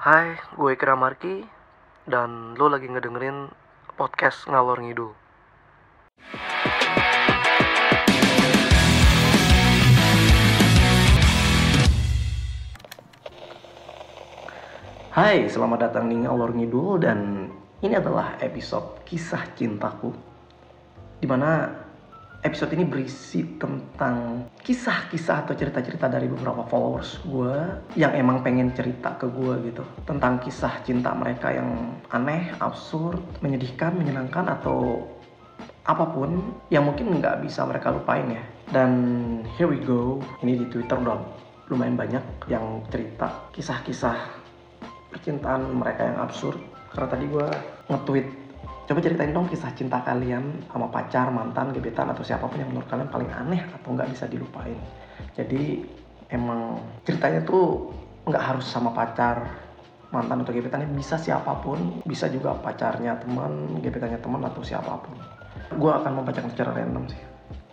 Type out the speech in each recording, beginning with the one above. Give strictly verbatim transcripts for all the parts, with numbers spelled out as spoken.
Hai, gue Kira Marki dan lo lagi ngedengerin podcast Ngalor Ngidul. Hai, selamat datang di Ngalor Ngidul dan ini adalah episode kisah cintaku, dimana episode ini berisi tentang kisah-kisah atau cerita-cerita dari beberapa followers gue yang emang pengen cerita ke gue gitu, tentang kisah cinta mereka yang aneh, absurd, menyedihkan, menyenangkan, atau apapun yang mungkin nggak bisa mereka lupain ya. Dan here we go, ini di Twitter udah lumayan banyak yang cerita kisah-kisah percintaan mereka yang absurd. Karena tadi gue nge-tweet, coba ceritain dong kisah cinta kalian sama pacar, mantan, gebetan, atau siapapun yang menurut kalian paling aneh atau nggak bisa dilupain. Jadi emang ceritanya tuh nggak harus sama pacar, mantan, atau gebetannya, bisa siapapun, bisa juga pacarnya teman, gebetannya teman, atau siapapun. Gue akan membacakan secara random sih.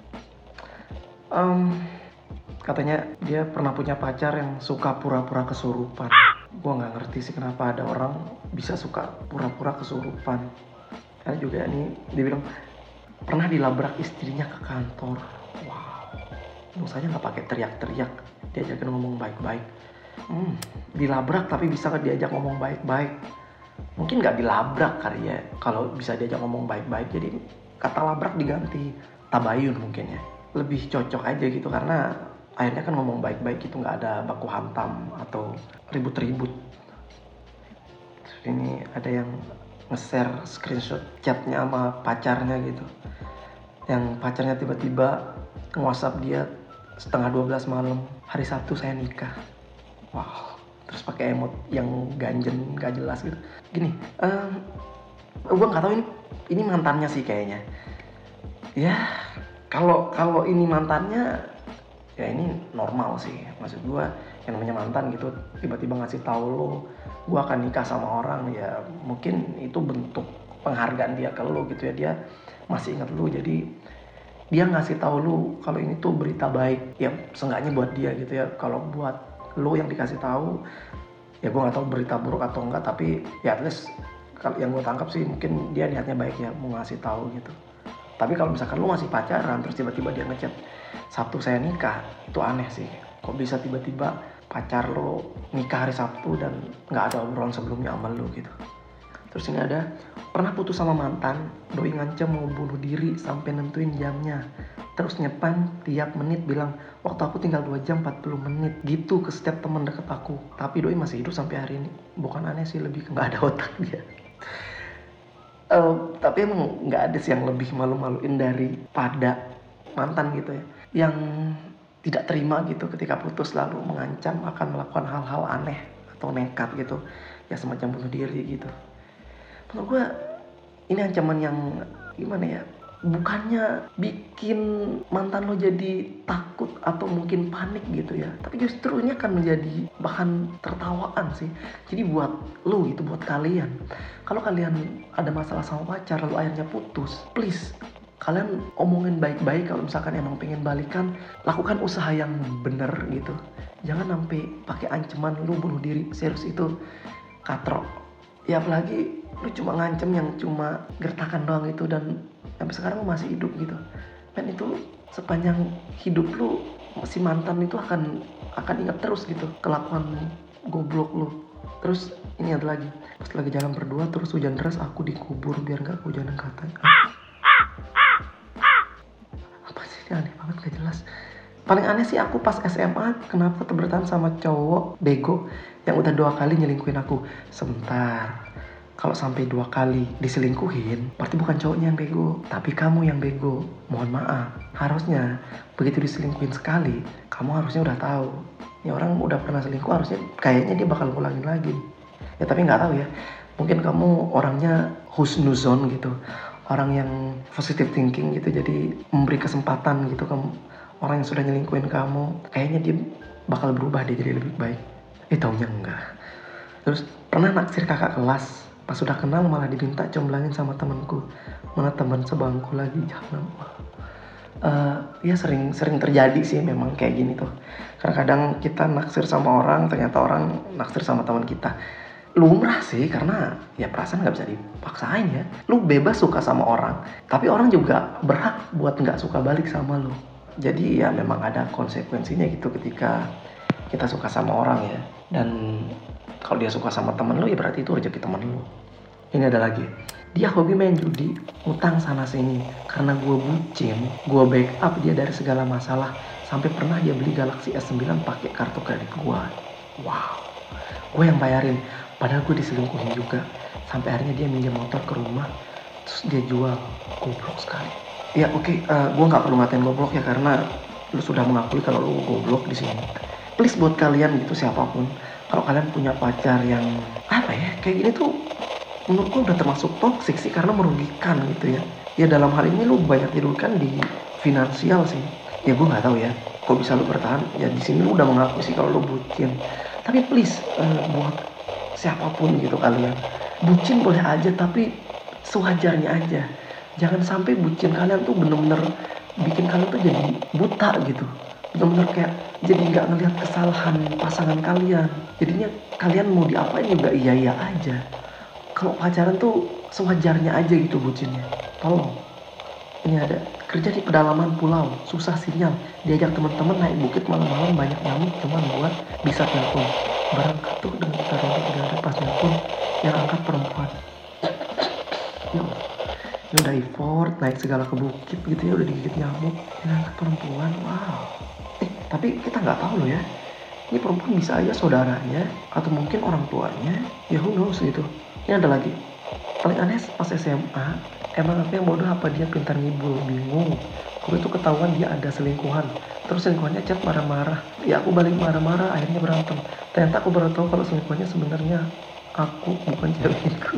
Um, katanya dia pernah punya pacar yang suka pura-pura kesurupan. Gue nggak ngerti sih kenapa ada orang bisa suka pura-pura kesurupan. Karena juga nih dia bilang pernah dilabrak istrinya ke kantor. Wow, misalnya nggak pakai teriak-teriak, diajakin ngomong baik-baik. Hmm, dilabrak tapi bisa nggak diajak ngomong baik-baik? Mungkin nggak dilabrak kali ya, kalau bisa diajak ngomong baik-baik. Jadi kata labrak diganti tabayun mungkin ya, lebih cocok aja gitu, karena akhirnya kan ngomong baik-baik itu nggak ada baku hantam atau ribut-ribut. Terus ini ada yang nge-share screenshot chatnya sama pacarnya gitu, yang pacarnya tiba-tiba nge-WhatsApp dia setengah dua belas malam, hari Sabtu saya nikah. Wow, terus pakai emot yang ganjen gak jelas gitu. Gini, um, gue nggak tahu ini ini mantannya sih kayaknya. Ya kalau kalau ini mantannya ya ini normal sih, maksud gue yang namanya mantan gitu tiba-tiba ngasih tahu lo gue akan nikah sama orang, ya mungkin itu bentuk penghargaan dia ke lo gitu ya, dia masih ingat lo, jadi dia ngasih tahu lo kalau ini tuh berita baik, ya seenggaknya buat dia gitu ya. Kalau buat lo yang dikasih tahu ya gue nggak tahu berita buruk atau enggak, tapi ya at least kalau yang gue tangkap sih mungkin dia niatnya baik ya, mau ngasih tahu gitu. Tapi kalau misalkan lo masih pacaran terus tiba-tiba dia ngechat Sabtu saya nikah, itu aneh sih. Kok bisa tiba-tiba pacar lo nikah hari Sabtu dan gak ada obrolan sebelumnya sama lo gitu. Terus ini ada, pernah putus sama mantan, doi ngancam mau bunuh diri sampai nentuin jamnya. Terus nyepan tiap menit bilang, waktu aku tinggal dua jam empat puluh menit gitu ke setiap teman deket aku. Tapi doi masih hidup sampai hari ini. Bukan aneh sih, lebih ke gak ada otak dia. Uh, tapi emang gak ada sih yang lebih malu-maluin daripada mantan gitu ya, yang tidak terima gitu ketika putus lalu mengancam akan melakukan hal-hal aneh atau nekat gitu ya, semacam bunuh diri gitu. Menurut gue ini ancaman yang gimana ya, bukannya bikin mantan lo jadi takut atau mungkin panik gitu ya, tapi justru ini akan menjadi bahan tertawaan sih. Jadi buat lo gitu, buat kalian, kalau kalian ada masalah sama pacar lalu akhirnya putus, please kalian omongin baik-baik. Kalau misalkan emang pengen balikan, lakukan usaha yang bener gitu. Jangan sampai pakai ancaman lu bunuh diri. Serius, itu katrok. Ya apalagi lu cuma ngancem yang cuma gertakan doang itu, dan sampai sekarang lu masih hidup gitu. Dan itu sepanjang hidup lu, si mantan itu akan akan ingat terus gitu kelakuan goblok lu. Terus ini ada lagi, pas lagi jalan berdua terus hujan deras, aku dikubur biar gak kehujanan katanya. Aneh banget, gak jelas. Paling aneh sih aku pas S M A, kenapa tetap bertahan sama cowok bego yang udah dua kali nyelingkuhin aku. Sebentar, kalau sampai dua kali diselingkuhin, berarti bukan cowoknya yang bego, tapi kamu yang bego. Mohon maaf, harusnya begitu diselingkuhin sekali, kamu harusnya udah tahu ya orang udah pernah selingkuh, harusnya kayaknya dia bakal ngulangin lagi. Ya tapi nggak tahu ya, mungkin kamu orangnya husnuzon gitu, orang yang positive thinking gitu, jadi memberi kesempatan gitu ke orang yang sudah nyelingkuhin kamu, kayaknya dia bakal berubah, dia jadi lebih baik. Eh taunya enggak. Terus pernah naksir kakak kelas, pas sudah kenal malah diminta comblangin sama temanku, mana teman sebangku lagi, jangan. Uh, ya sering sering terjadi sih memang kayak gini tuh. Karena kadang kita naksir sama orang, ternyata orang naksir sama teman kita. lumrah sih, karena ya perasaan nggak bisa dipaksain ya. Lu bebas suka sama orang, tapi orang juga berhak buat nggak suka balik sama lu. Jadi ya memang ada konsekuensinya gitu ketika kita suka sama orang ya. Dan kalau dia suka sama temen lu ya berarti itu rezeki temen lu. Ini ada lagi, dia hobi main judi, utang sana sini. Karena gue bucin, gue backup dia dari segala masalah. Sampai pernah dia beli Galaxy S sembilan pakai kartu kredit gue. Wow, gue yang bayarin. Padahal gue diselingkuhin juga. Sampai akhirnya dia minjem motor ke rumah, terus dia jual. Goblok sekali. Ya oke, okay, uh, gue nggak perlu ngatain goblok ya, karena lu sudah mengakui kalau lu goblok di sini. Please buat kalian gitu, siapapun, kalau kalian punya pacar yang apa ya kayak gini tuh, menurut gue udah termasuk toksik sih, karena merugikan gitu ya. Ya dalam hal ini lu banyak dirugikan di finansial sih. Ya gue nggak tahu ya, kok bisa lu bertahan. Ya di sini lu udah mengaku sih kalau lu bucin. Tapi please uh, buat siapapun gitu kalian, bucin boleh aja tapi sewajarnya aja. Jangan sampai bucin kalian tuh bener-bener bikin kalian tuh jadi buta gitu. Bener-bener kayak jadi nggak ngelihat kesalahan pasangan kalian. Jadinya kalian mau diapain juga iya-iya aja. Kalau pacaran tuh sewajarnya aja gitu bucinnya. Tolong. Ini ada, kerja di pedalaman pulau, susah sinyal, diajak teman-teman naik bukit malam-malam banyak nyamuk cuman buat bisa telepon. Berangkat tuh dengan taruh di udara pas telepon yang angkat perempuan. Ya, ini udah effort naik segala ke bukit gitu ya, udah digigit nyamuk, yang angkat perempuan. Wow. Eh tapi kita nggak tahu loh ya, ini perempuan bisa aja saudaranya atau mungkin orang tuanya, ya who knows gitu. Ini ada lagi, paling aneh pas S M A, emang aku yang bodoh apa dia pintar ngibul, bingung. Gue tuh ketahuan dia ada selingkuhan, terus selingkuhannya chat marah-marah, ya aku balik marah-marah, akhirnya berantem. Ternyata aku baru tahu kalau selingkuhannya sebenarnya aku, bukan cewekku.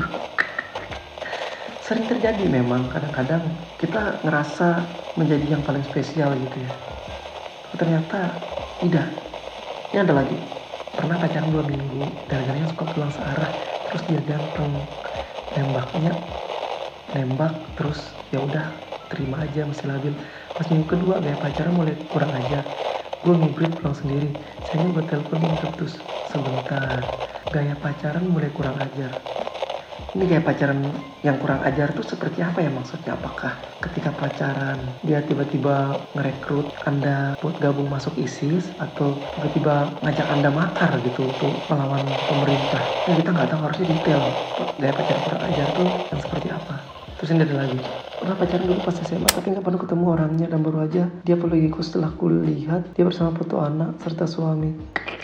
Sering terjadi memang, kadang-kadang kita ngerasa menjadi yang paling spesial gitu ya, tapi ternyata tidak. Ini ada lagi, pernah pacaran dua minggu, gara-garanya suka pulang searah, terus dia ganteng, nembaknya nembak terus ya udah terima aja masih labil. Pas minggu kedua gaya pacaran mulai kurang ajar, gue ngibrit pulang sendiri, saya buat telepon terus sebentar. Gaya pacaran mulai kurang ajar. Ini gaya pacaran yang kurang ajar tuh seperti apa ya maksudnya? Apakah ketika pacaran dia tiba-tiba ngerekrut Anda buat gabung masuk ISIS, atau tiba-tiba ngajak Anda makar gitu untuk melawan pemerintah? Nah, kita nggak tahu, harusnya detail gaya pacaran kurang ajar tuh yang seperti apa. Terus ini ada lagi, pernah pacaran dulu pas S M A tapi nggak pernah ketemu orangnya, dan baru aja dia pergiku setelah kulihat dia bersama foto anak serta suami.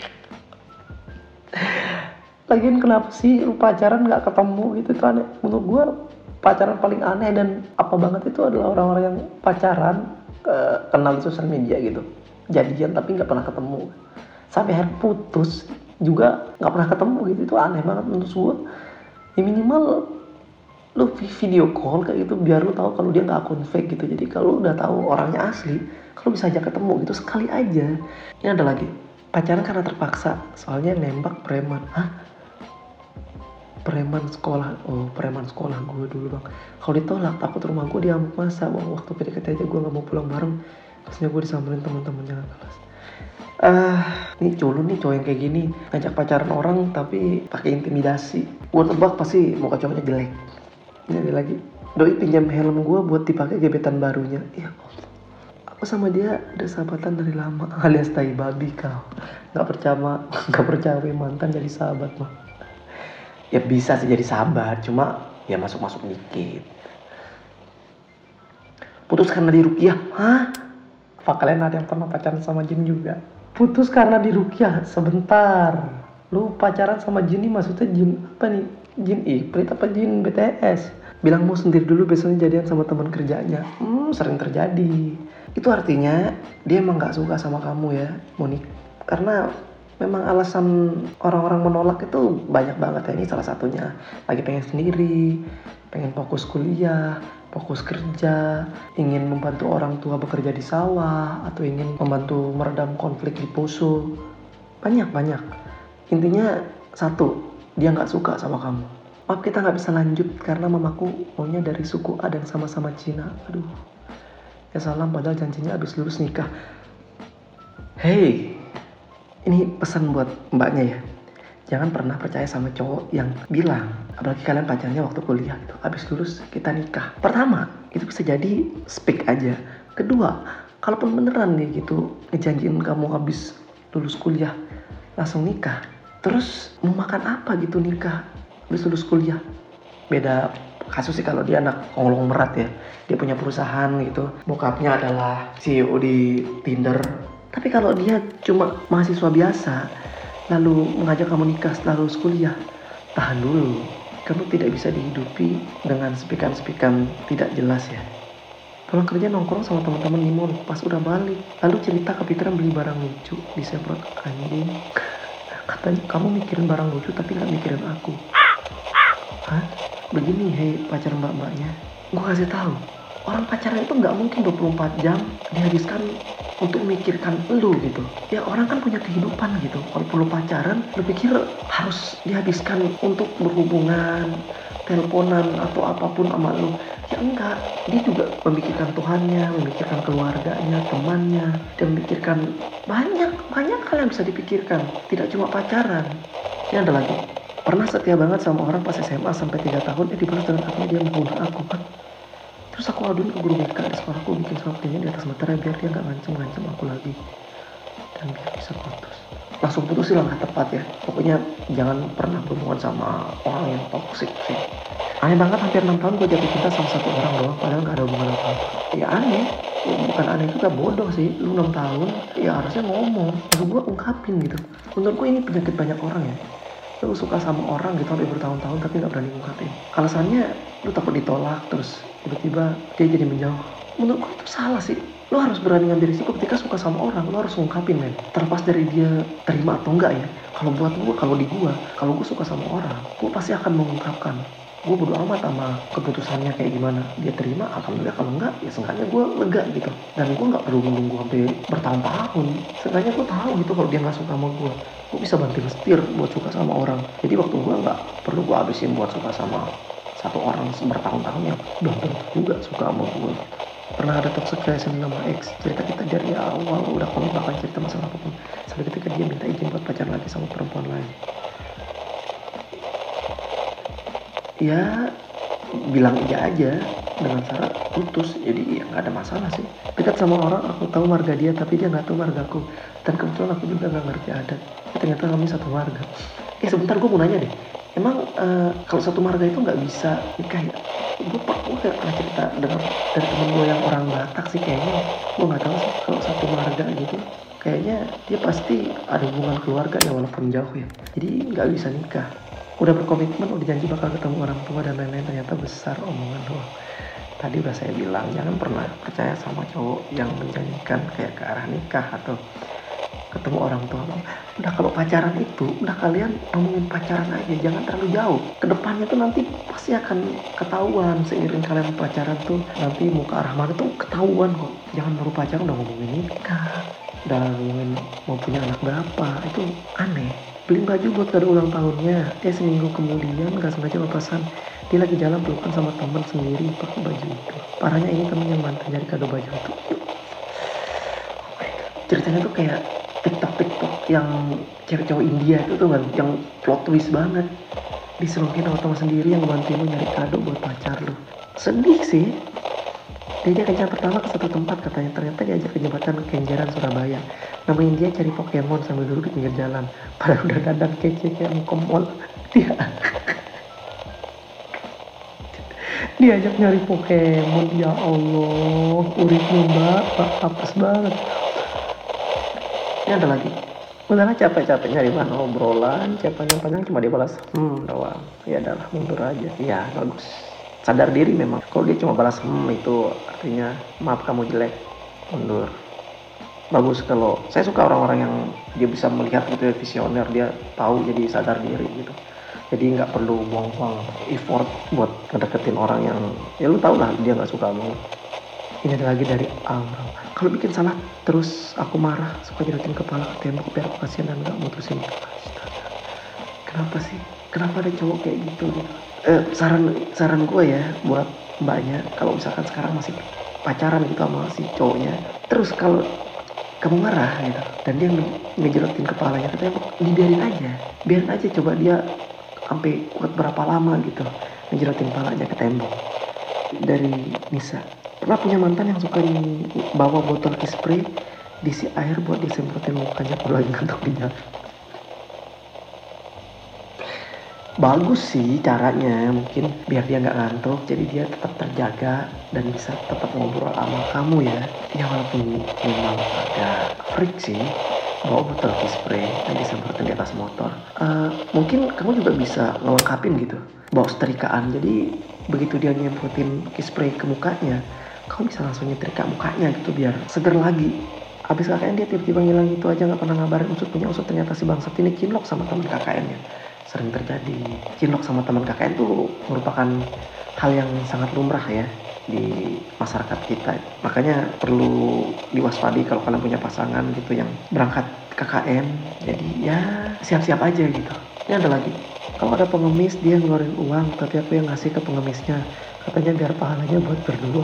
Lagian kenapa sih lu pacaran nggak ketemu gitu, itu aneh. Menurut gue pacaran paling aneh dan apa banget itu adalah orang-orang yang pacaran ke, kenal di sosial media gitu, jadian tapi nggak pernah ketemu, sampai akhir putus juga nggak pernah ketemu gitu. Itu aneh banget menurut gue. Ya minimal lu video call kayak gitu biar lu tahu kalau dia nggak akun fake gitu. Jadi kalau udah tahu orangnya asli, kalau bisa aja ketemu gitu sekali aja. Ini ada lagi, pacaran karena terpaksa, soalnya nembak preman. Hah? Preman sekolah? Oh, preman sekolah gue dulu bang. Kalau ditolak takut rumah gue diamuk masa. Bang, waktu P D K T aja gue nggak mau pulang bareng, terusnya gue disamperin teman-temannya kelas. Ah, ini culun nih cowok yang kayak gini, ngajak pacaran orang tapi pakai intimidasi. Gue tebak pasti muka cowoknya jelek. Ini ada lagi, doi pinjam helm gue buat dipakai gebetan barunya. Ya Allah, aku sama dia udah sahabatan dari lama, alias tai babi kau. Nggak percaya, nggak percaya mantan jadi sahabat mah. Ya bisa sih jadi sahabat, cuma ya masuk-masuk dikit. Putus karena diruqyah. Hah? Apa kalian ada yang pernah pacaran sama jin juga? Putus karena diruqyah. Sebentar, lu pacaran sama jin ini maksudnya jin apa nih? Jin Ifrit apa jin B T S? Bilang mau sendiri dulu, besoknya jadian sama teman kerjanya. Hmm, sering terjadi. Itu artinya dia emang gak suka sama kamu ya, Monik. Karena memang alasan orang-orang menolak itu banyak banget ya. Ini salah satunya, lagi pengen sendiri, pengen fokus kuliah, fokus kerja, ingin membantu orang tua bekerja di sawah, atau ingin membantu meredam konflik di Poso. Banyak-banyak. Intinya satu, dia gak suka sama kamu. Maaf, kita gak bisa lanjut karena mamaku maunya dari suku A dan sama-sama Cina. Aduh, ya salam, padahal janjinya abis lulus nikah. Hey, ini pesan buat mbaknya ya. jangan pernah percaya sama cowok yang bilang, apalagi kalian pacarnya waktu kuliah gitu, habis lulus kita nikah. Pertama, itu bisa jadi speak aja. Kedua, kalaupun beneran nih gitu ngejanjiin kamu habis lulus kuliah langsung nikah, terus mau makan apa gitu nikah habis lulus kuliah? Beda kasus sih kalau dia anak konglomerat ya, dia punya perusahaan gitu, bokapnya adalah C E O di Tinder. Tapi kalau dia cuma mahasiswa biasa lalu mengajak kamu nikah setelah lulus kuliah, tahan dulu, kamu tidak bisa dihidupi dengan sepikan-sepikan tidak jelas ya. Pulang kerja nongkrong sama teman-teman di mall, pas udah balik lalu cerita kepikiran beli barang lucu, disemprot anjing. Katanya kamu mikirin barang lucu tapi gak mikirin aku. Hah? Begini hei pacar mbak-mbaknya, gue kasih tahu, orang pacaran itu nggak mungkin dua puluh empat jam dihabiskan untuk memikirkan lu gitu. Ya orang kan punya kehidupan gitu. Kalau perlu pacaran, lu pikir harus dihabiskan untuk berhubungan, teleponan atau apapun sama lu? Ya enggak, dia juga memikirkan Tuhannya, memikirkan keluarganya, temannya, dan memikirkan banyak banyak hal yang bisa dipikirkan. Tidak cuma pacaran. Ini ada lagi. Pernah setia banget sama orang pas S M A sampai tiga tahun, eh dibalas dengan katanya dia membunuh aku kan. Terus aku aduin ke guru B K di sekolah, aku bikin surat perjanjian di atas meterai biar dia gak ngancem-ngancem aku lagi. Dan biar bisa putus. Langsung putus sih langkah tepat ya. Pokoknya jangan pernah berhubungan sama orang yang toksik sih. Aneh banget hampir enam tahun gue jatuh cinta sama satu orang doang, padahal gak ada hubungan apa-apa. Ya aneh, bukan aneh juga, bodoh sih. Lu enam tahun, ya harusnya ngomong. Lalu gue ungkapin gitu. Menurut gue ini penyakit banyak orang ya. Lu suka sama orang gitu sampai bertahun-tahun tapi gak berani ngungkapin. Alasannya lu takut ditolak, terus tiba-tiba dia jadi menjauh. Menurut gue itu salah sih. Lu harus berani ngambil risiko ketika suka sama orang. Lu harus ngungkapin men. Terlepas dari dia terima atau enggak ya. Kalau buat gue, kalau di gue, kalau gue suka sama orang, gue pasti akan mengungkapkan. Gue bodo amat sama keputusannya kayak gimana. Dia terima, alhamdulillah. Kalau enggak, ya seenggaknya gue lega gitu. Dan gue gak perlu menunggu sampai bertahun-tahun. Seenggaknya gue tahu gitu kalau dia gak suka sama gue. Gue bisa banting setir buat suka sama orang. Jadi waktu gue gak perlu gue habisin buat suka sama satu orang bertahun-tahun yang belum tentu juga suka sama gue. Pernah ada toxic relation sama ex. Cerita kita dari awal udah komit bakal cerita masalah apapun. Sampai ketika dia minta izin buat pacaran lagi sama perempuan lain. Ya bilang iya aja dengan syarat putus. Jadi ya gak ada masalah sih. Dekat sama orang, aku tahu marga dia tapi dia gak tahu marga aku. Dan kebetulan aku juga gak ngerti adat. Ternyata kami satu marga. Eh sebentar, gue mau nanya deh. Emang uh, kalau satu marga itu gak bisa nikah ya? Gue kayak pernah cerita dengar dari temen gue yang orang Batak sih kayaknya. Gue gak tahu sih kalau satu marga gitu. Kayaknya dia pasti ada hubungan keluarga ya walaupun jauh ya. Jadi gak bisa nikah. Udah berkomitmen, udah janji bakal ketemu orang tua dan lain-lain, ternyata besar omongan doang. Tadi udah saya bilang, jangan pernah percaya sama cowok yang menjanjikan kayak ke arah nikah atau ketemu orang tua. Udah kalau pacaran itu, udah kalian ngomongin pacaran aja, jangan terlalu jauh. Kedepannya tuh nanti pasti akan ketahuan, seiring kalian pacaran tuh nanti mau ke arah mana tuh ketahuan kok. Jangan baru pacaran udah ngomongin nikah, udah ngomongin mau punya anak berapa, itu aneh. Beli baju buat kado ulang tahunnya, dia seminggu kemudian gak sengaja lepasan, dia lagi jalan pelukan sama teman sendiri pakai baju itu. Parahnya ini temen yang bantu nyari kado baju itu. Oh my God. Ceritanya tuh kayak tiktok-tiktok yang cewek-cewek India itu tuh kan, yang plot twist banget. Diselungkin sama teman sendiri yang bantuin lu nyari kado buat pacar lu. Sedih sih. Dia ajak kencan pertama ke satu tempat katanya, ternyata diajak ke jembatan Kenjeran Surabaya. Nemenin dia cari Pokemon sambil duduk di pinggir jalan. Padahal udah dandan kece kayak mau ke mall. Dia diajak nyari Pokemon, ya Allah, uripmu mbak, mbak apes banget. Ini ada lagi. Udahlah capek-capek nyari bahan obrolan, panjang-panjang cuma dia balas hmm doang. Ya adalah mundur aja. Ya bagus. Sadar diri memang. Kalau dia cuma balas hmm itu artinya maaf kamu jelek, mundur. Bagus kalau saya suka orang-orang yang dia bisa melihat gitu ya, visioner, dia tahu jadi sadar diri gitu. Jadi nggak perlu buang-buang effort buat ngedeketin orang yang ya lu tau lah dia nggak suka sama lu. Ini ada lagi dari Aura. Kalau bikin salah terus aku marah, suka jedotin kepala ke tembok biar aku kasihan dan nggak mutusin. Astaga. Kenapa sih? Kenapa ada cowok kayak gitu gitu? Eh, saran saran gue ya buat mbaknya, kalau misalkan sekarang masih pacaran gitu sama si cowoknya, terus kalau kamu marah gitu, dan dia nge- ngejelotin kepalanya, katanya dibiarin aja, biarin aja, coba dia sampai kuat berapa lama gitu ngejelotin kepalanya ke tembok. Dari Nisa, pernah punya mantan yang suka bawa botol key spray, diisi air buat disemprotin mukanya kalau lagi ngantuk di jalan. Bagus sih caranya, mungkin biar dia nggak ngantuk, jadi dia tetap terjaga dan bisa tetap ngobrol sama kamu ya. Ya walaupun memang agak freak sih bawa botol key spray dan disemprotin di atas motor. Uh, mungkin kamu juga bisa ngelengkapin gitu, bawa setrikaan. Jadi begitu dia nyemprotin key spray ke mukanya, kamu bisa langsung nyetrika mukanya gitu biar seger lagi. Abis K K N dia tiba-tiba ngilang gitu aja, nggak pernah ngabarin usut punya usut, ternyata si bangsat ini cinlok sama teman K K N-nya. Sering terjadi. Cinlok sama teman K K N itu merupakan hal yang sangat lumrah ya di masyarakat kita. Makanya perlu diwaspadi kalau kalian punya pasangan gitu yang berangkat K K N. Jadi ya siap-siap aja gitu. Ini ada lagi, kalau ada pengemis dia ngeluarin uang tapi aku yang ngasih ke pengemisnya, katanya biar pahalanya buat berdua.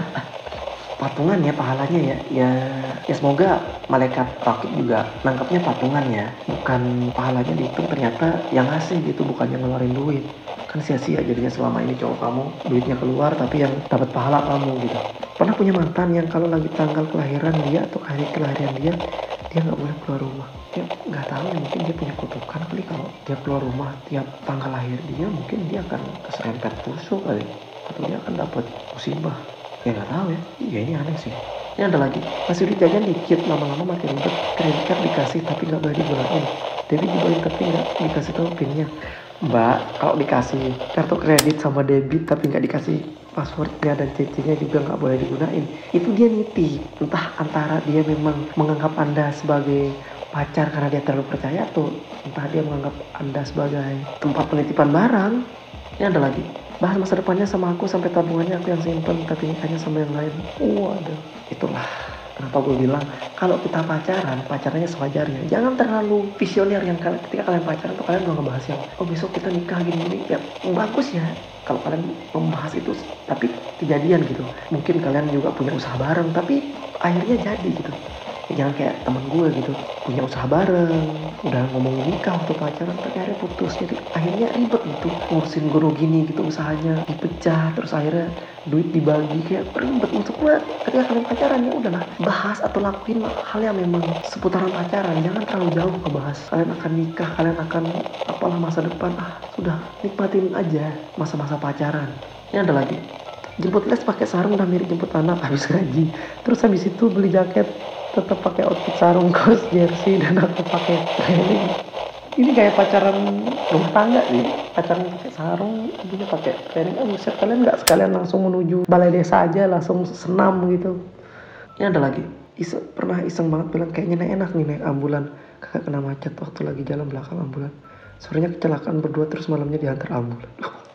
Patungan ya pahalanya ya, ya ya semoga malaikat rakib juga nangkapnya patungan ya, bukan pahalanya dihitung ternyata yang ngasih gitu, bukan yang ngeluarin duit. Kan sia-sia jadinya selama ini cowok kamu duitnya keluar tapi yang dapat pahala kamu gitu. Pernah punya mantan yang kalau lagi tanggal kelahiran dia atau hari kelahiran dia, dia nggak boleh keluar rumah. Dia nggak tahu ya, mungkin dia punya kutukan kali, kalau dia keluar rumah tiap tanggal lahir dia mungkin dia akan keserempet tusuk kali, atau dia akan dapat musibah. Ya nggak tahu ya, ya ini aneh sih. Ini ada lagi, masih duit jajan dikit, lama-lama makin ribet. Kredit card dikasih tapi nggak boleh digunain, debit dibawain tapi nggak dikasih tahu pinnya. Mbak, kalau dikasih kartu kredit sama debit tapi nggak dikasih passwordnya dan C C-nya juga nggak boleh digunain, itu dia nitip. Entah antara dia memang menganggap Anda sebagai pacar karena dia terlalu percaya, atau entah dia menganggap Anda sebagai tempat penitipan barang. Ini ada lagi, bahas masa depannya sama aku sampai tabungannya aku yang simpen tapi nikahnya sama yang lain. Waduh, itulah kenapa gue bilang kalau kita pacaran, pacarannya sewajarnya. Jangan terlalu visioner yang kalian, ketika kalian pacaran tuh kalian udah ngebahas yang oh besok kita nikah gini-gini. Ya bagus ya kalau kalian membahas itu, tapi kejadian gitu. Mungkin kalian juga punya usaha bareng tapi akhirnya jadi gitu. Ya, jangan kayak temen gue gitu, punya usaha bareng, udah ngomongin nikah waktu pacaran tapi akhirnya putus. Jadi akhirnya ribet gitu, ngurusin guru gini gitu, usahanya dipecah, terus akhirnya duit dibagi, kayak ribet. Untuk gue ketika kalian pacaran ya udahlah, bahas atau lakuin hal yang memang seputaran pacaran, jangan terlalu jauh ngebahas kalian akan nikah, kalian akan apalah masa depan. Ah sudah, nikmatin aja masa-masa pacaran. Ini ada lagi, jemput les pakai sarung udah mirip jemput anak habis gaji, terus habis itu beli jaket tetap pakai outfit sarung, kaos, jersey, dan aku pakai training. Ini kayak pacaran rumah tangga nih, pacaran pakai sarung, ibunya pakai training. Ah buset, kalian nggak sekalian langsung menuju balai desa aja, langsung senam gitu. Ini ada lagi, iseng, pernah iseng banget bilang kayaknya naik enak nih naik ambulan, kakak kena macet waktu lagi jalan belakang ambulan, sorenya kecelakaan berdua terus malamnya diantar ambulan.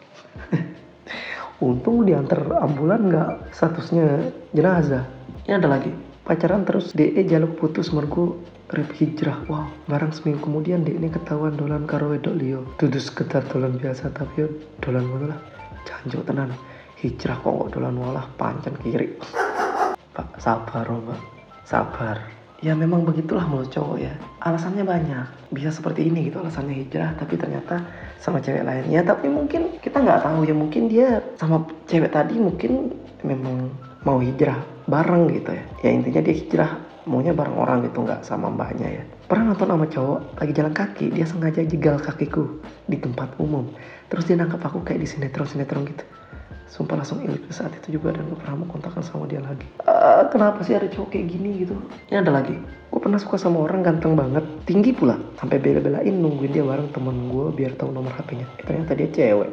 Untung diantar ambulan nggak statusnya jenazah. Ini ada lagi, pacaran terus D E jaluk putus mergo rep hijrah. Wow, barang seminggu kemudian D E ini ketahuan dolan karo wedok liyo. Dudu sekedar dolan biasa tapi yo dolan ngono lah. Janjuk tenan. Hijrah kok kok dolan walah pancen kiri. Pak, sabar oh, Mbak. Sabar. Ya memang begitulah mulut cowok ya. Alasannya banyak. Bisa seperti ini gitu alasannya hijrah tapi ternyata sama cewek lainnya. Tapi mungkin kita nggak tahu ya, mungkin dia sama cewek tadi mungkin memang mau hijrah bareng gitu ya. Ya intinya dia hijrah maunya bareng orang gitu, nggak sama mbaknya ya. Pernah nonton sama cowok lagi jalan kaki, dia sengaja jegal kakiku di tempat umum, terus dia nangkep aku kayak di sinetron-sinetron gitu. Sumpah langsung ilfil saat itu juga, dan gue pernah mau kontakkan sama dia lagi. Uh, kenapa sih ada cowok kayak gini gitu. Ini ada lagi, gue pernah suka sama orang ganteng banget, tinggi pula, sampai bela-belain nungguin dia bareng temen gue biar tahu nomor H P-nya. Eh, ternyata dia cewek.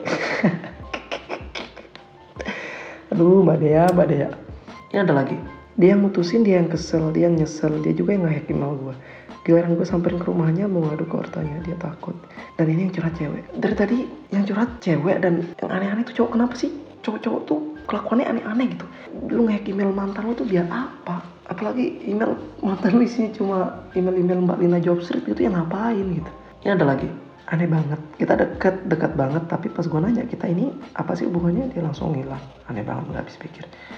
Aduh Mbak Dea, Mbak Dea. Ini ada lagi, dia yang mutusin, dia yang kesel, dia yang nyesel, dia juga yang nge-hack email gue. Giliran gue samperin ke rumahnya mau ngadu ke ortanya, dia takut. Dan ini yang curhat cewek. Dari tadi yang curhat cewek, dan yang aneh-aneh tuh cowok. Kenapa sih cowok-cowok tuh kelakuannya aneh-aneh gitu? Lu nge-hack email mantan lu tuh biar apa? Apalagi email mantan lu isinya cuma email-email Mbak Lina Jobstreet gitu, yang ngapain gitu. Ini ada lagi, aneh banget, kita deket, dekat banget, tapi pas gue nanya kita ini apa sih hubungannya, dia langsung ngilang. Aneh banget, gak habis pikir.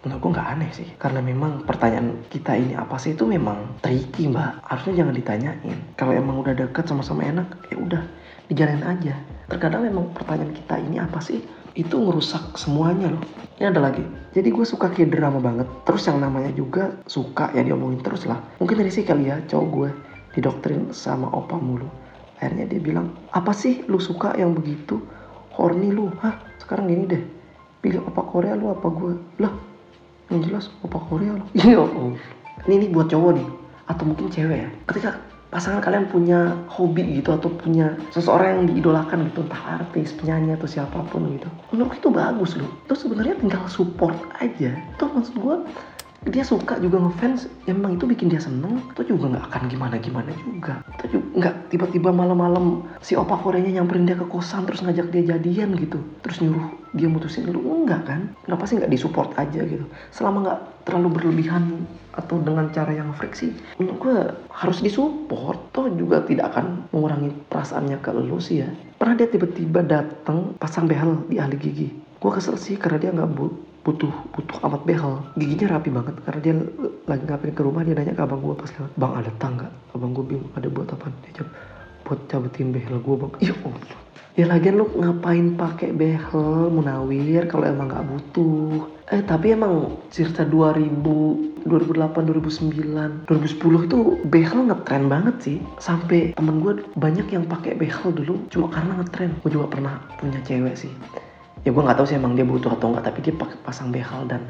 Menurut gue nggak aneh sih, karena memang pertanyaan kita ini apa sih itu memang tricky mbak, harusnya jangan ditanyain. Kalau emang udah deket sama-sama enak, ya udah dijalanin aja. Terkadang memang pertanyaan kita ini apa sih itu ngerusak semuanya loh. Ini ada lagi, jadi gue suka K-drama banget, terus yang namanya juga suka ya diomongin terus lah. Mungkin dari sih kali ya cowok gue didoktrin sama opa mulu, akhirnya dia bilang, apa sih lu suka yang begitu horny lu, hah sekarang gini deh, pilih opa Korea lu apa gue lah. Yang jelas opa Korea loh. Iya oh. Ini nih buat cowok nih atau mungkin cewek ya. Ketika pasangan kalian punya hobi gitu atau punya seseorang yang diidolakan gitu, entah artis, penyanyi atau siapapun gitu, menurut itu bagus loh. Itu sebenarnya tinggal support aja. Itu maksud gue, dia suka juga ngefans, ya memang itu bikin dia seneng, itu juga nggak akan gimana-gimana juga. Itu juga nggak tiba-tiba malam-malam si opa Koreanya nyamperin dia ke kosan terus ngajak dia jadian gitu, terus nyuruh dia mutusin lu, enggak kan? Kenapa sih nggak disupport aja gitu? Selama nggak terlalu berlebihan atau dengan cara yang freak sih, menurut gue harus disupport. Toh juga tidak akan mengurangi perasaannya ke lu sih ya. Pernah dia tiba-tiba datang pasang behel di ahli gigi, gue kesel sih karena dia nggak bu butuh butuh amat behel, giginya rapi banget. Karena dia lagi ngapain ke rumah, dia nanya ke abang gue pas lewat, bang ada tangga? Abang gue bingung ada buat apa? Dia jawab buat cabutin behel gue bang. Iya oh. Ya lagian lu ngapain pakai behel Munawir kalau emang nggak butuh. Eh tapi emang cerita dua ribu, dua ribu delapan, dua ribu sembilan, dua ribu sepuluh itu behel ngetren banget sih. Sampai temen gue banyak yang pakai behel dulu cuma karena ngetren. Gue juga pernah punya cewek sih. Ya gue nggak tahu sih emang dia butuh atau enggak, tapi dia pakai pasang behel, dan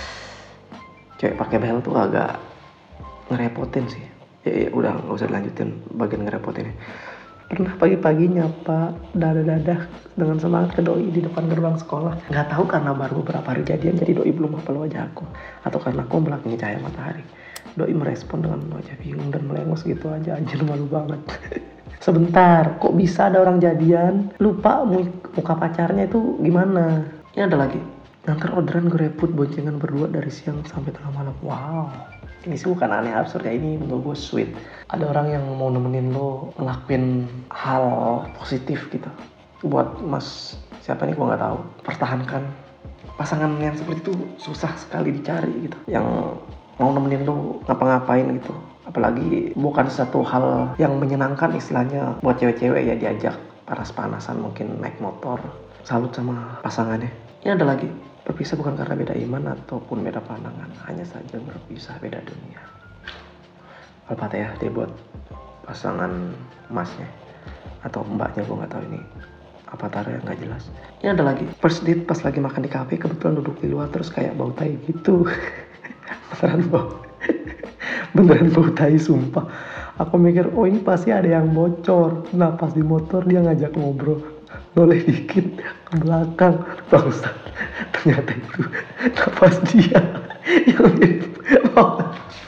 cewek pakai behel tuh agak ngerepotin sih. Ya, ya udah nggak usah dilanjutin bagian ngerepotin. Pernah pagi-pagi nyapa dadah-dadah dengan semangat ke doi di depan gerbang sekolah. Nggak tahu karena baru beberapa hari jadian jadi doi belum hafal wajah aku, atau karena aku melakukan cahaya matahari. Doi merespon dengan wajah bingung dan melengos gitu aja. Anjir malu banget. Sebentar, kok bisa ada orang jadian? Lupa muka pacarnya itu gimana? Ini ada lagi, ngantar orderan GrabFood boncengan berdua dari siang sampai tengah malam. Wow, ini sih bukan aneh absurd ya, ini menurut gue sweet. Ada orang yang mau nemenin lo ngelakuin hal positif gitu. Buat mas siapa nih gue nggak tahu. Pertahankan pasangan yang seperti itu susah sekali dicari gitu. Yang mau nemenin lo ngapa-ngapain gitu. Apalagi bukan satu hal yang menyenangkan istilahnya buat cewek-cewek ya, diajak panas-panasan mungkin naik motor. Salut sama pasangannya. Ini ada lagi, berpisah bukan karena beda iman ataupun beda pandangan, hanya saja berpisah beda dunia. Al-Fatihah deh buat pasangan masnya atau mbaknya, gue nggak tahu ini apa taruh yang nggak jelas. Ini ada lagi, first date pas lagi makan di kafe, kebetulan duduk di luar terus kayak bau tai gitu. Beneran bau. Beneran bau tai sumpah. Aku mikir oh ini pasti ada yang bocor. Nah pas di motor dia ngajak ngobrol, noleh dikit ke belakang, bangsat. Ternyata itu napas dia yang mirip bau.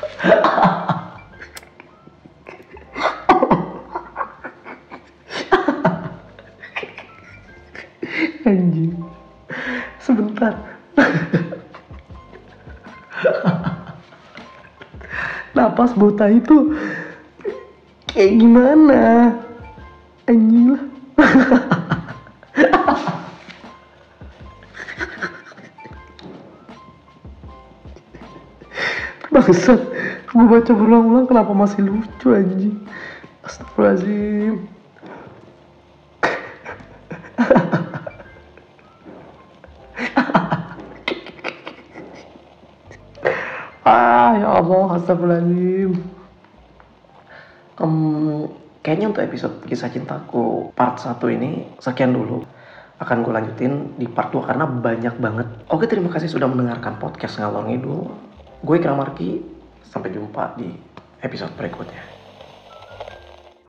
Anjing. Sebentar. Napas bota itu kayak gimana? Anjing lah. Bangsat, gue baca berulang-ulang kenapa masih lucu anjing. Astagfirullahaladzim. Ah ya Allah, astagfirullahaladzim. um, Kayaknya untuk episode kisah cintaku part satu ini sekian dulu. Akan gue lanjutin di part dua karena banyak banget. Oke, terima kasih sudah mendengarkan podcast Ngalor Ngidul. Gue Ikram Marki, sampai jumpa di episode berikutnya.